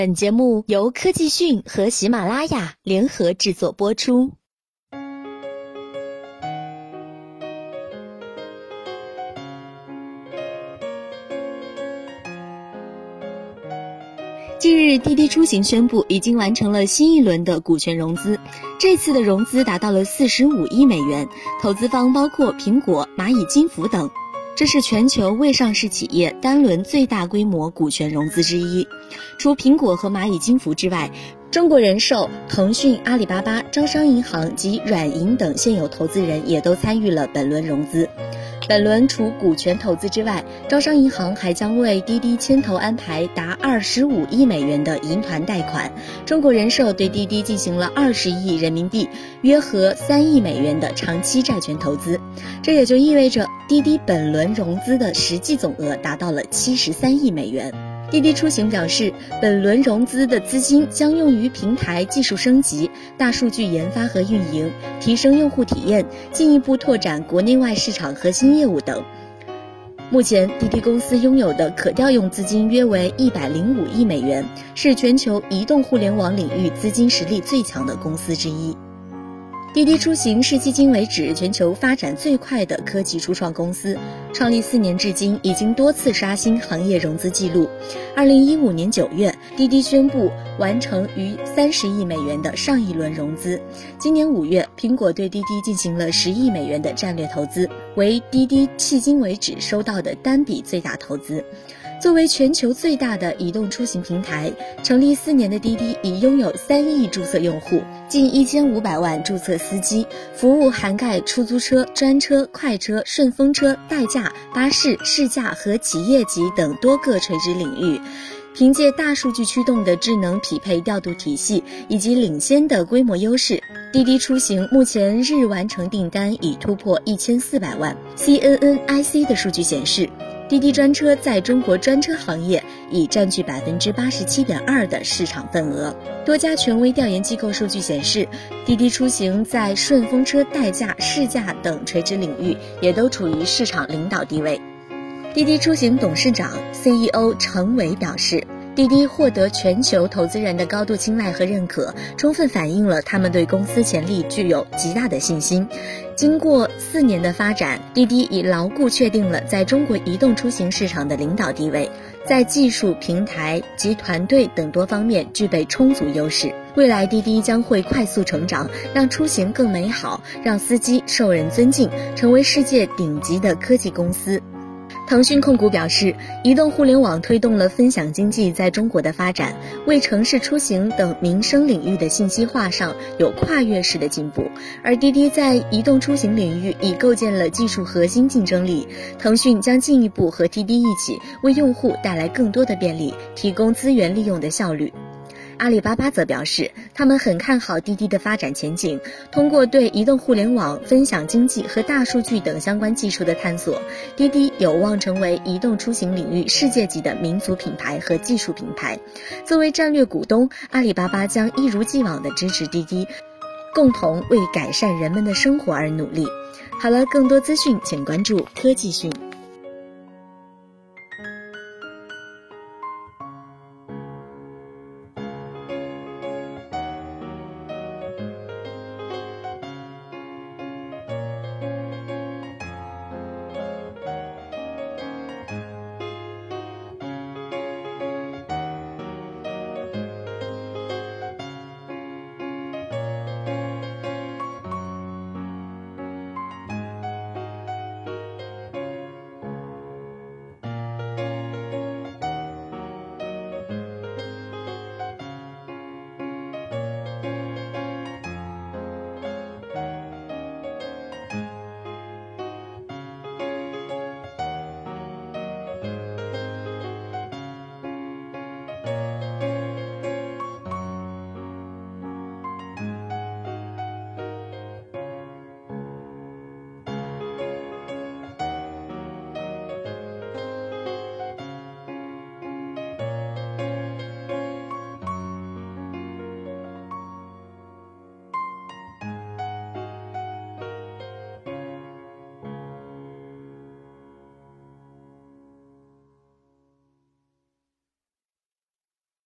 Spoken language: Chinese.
本节目由科技讯和喜马拉雅联合制作播出。近日，滴滴出行宣布已经完成了新一轮的股权融资，这次的融资达到了45亿美元，投资方包括苹果、蚂蚁金服等。这是全球未上市企业单轮最大规模股权融资之一。除苹果和蚂蚁金服之外，中国人寿、腾讯、阿里巴巴、招商银行及软银等现有投资人也都参与了本轮融资。本轮除股权投资之外，招商银行还将为滴滴牵头安排达25亿美元的银团贷款。中国人寿对滴滴进行了20亿人民币，约合3亿美元的长期债权投资。这也就意味着滴滴本轮融资的实际总额达到了73亿美元。滴滴出行表示，本轮融资的资金将用于平台技术升级、大数据研发和运营、提升用户体验、进一步拓展国内外市场核心业务等。目前，滴滴公司拥有的可调用资金约为105亿美元，是全球移动互联网领域资金实力最强的公司之一。滴滴出行是迄今为止全球发展最快的科技初创公司，创立4年至今已经多次刷新行业融资记录。2015年9月，滴滴宣布完成逾30亿美元的上一轮融资。今年5月，苹果对滴滴进行了10亿美元的战略投资，为滴滴迄今为止收到的单笔最大投资。作为全球最大的移动出行平台，成立4年的滴滴已拥有3亿注册用户，近1500万注册司机，服务涵盖出租车、专车、快车、顺风车、代驾、巴士、试驾和企业级等多个垂直领域。凭借大数据驱动的智能匹配调度体系以及领先的规模优势，滴滴出行目前日完成订单已突破1400万。CNNIC 的数据显示，滴滴专车在中国专车行业已占据87.2%的市场份额。多家权威调研机构数据显示，滴滴出行在顺风车、代驾、试驾等垂直领域也都处于市场领导地位。滴滴出行董事长 CEO 程伟表示，滴滴获得全球投资人的高度青睐和认可，充分反映了他们对公司潜力具有极大的信心。经过4年的发展，滴滴已牢固确定了在中国移动出行市场的领导地位，在技术、平台及团队等多方面具备充足优势。未来滴滴将会快速成长，让出行更美好，让司机受人尊敬，成为世界顶级的科技公司。腾讯控股表示，移动互联网推动了分享经济在中国的发展，为城市出行等民生领域的信息化上有跨越式的进步。而滴滴在移动出行领域已构建了技术核心竞争力，腾讯将进一步和滴滴一起为用户带来更多的便利，提供资源利用的效率。阿里巴巴则表示，他们很看好滴滴的发展前景。通过对移动互联网、分享经济和大数据等相关技术的探索，滴滴有望成为移动出行领域世界级的民族品牌和技术品牌。作为战略股东，阿里巴巴将一如既往地支持滴滴，共同为改善人们的生活而努力。好了，更多资讯请关注科技讯。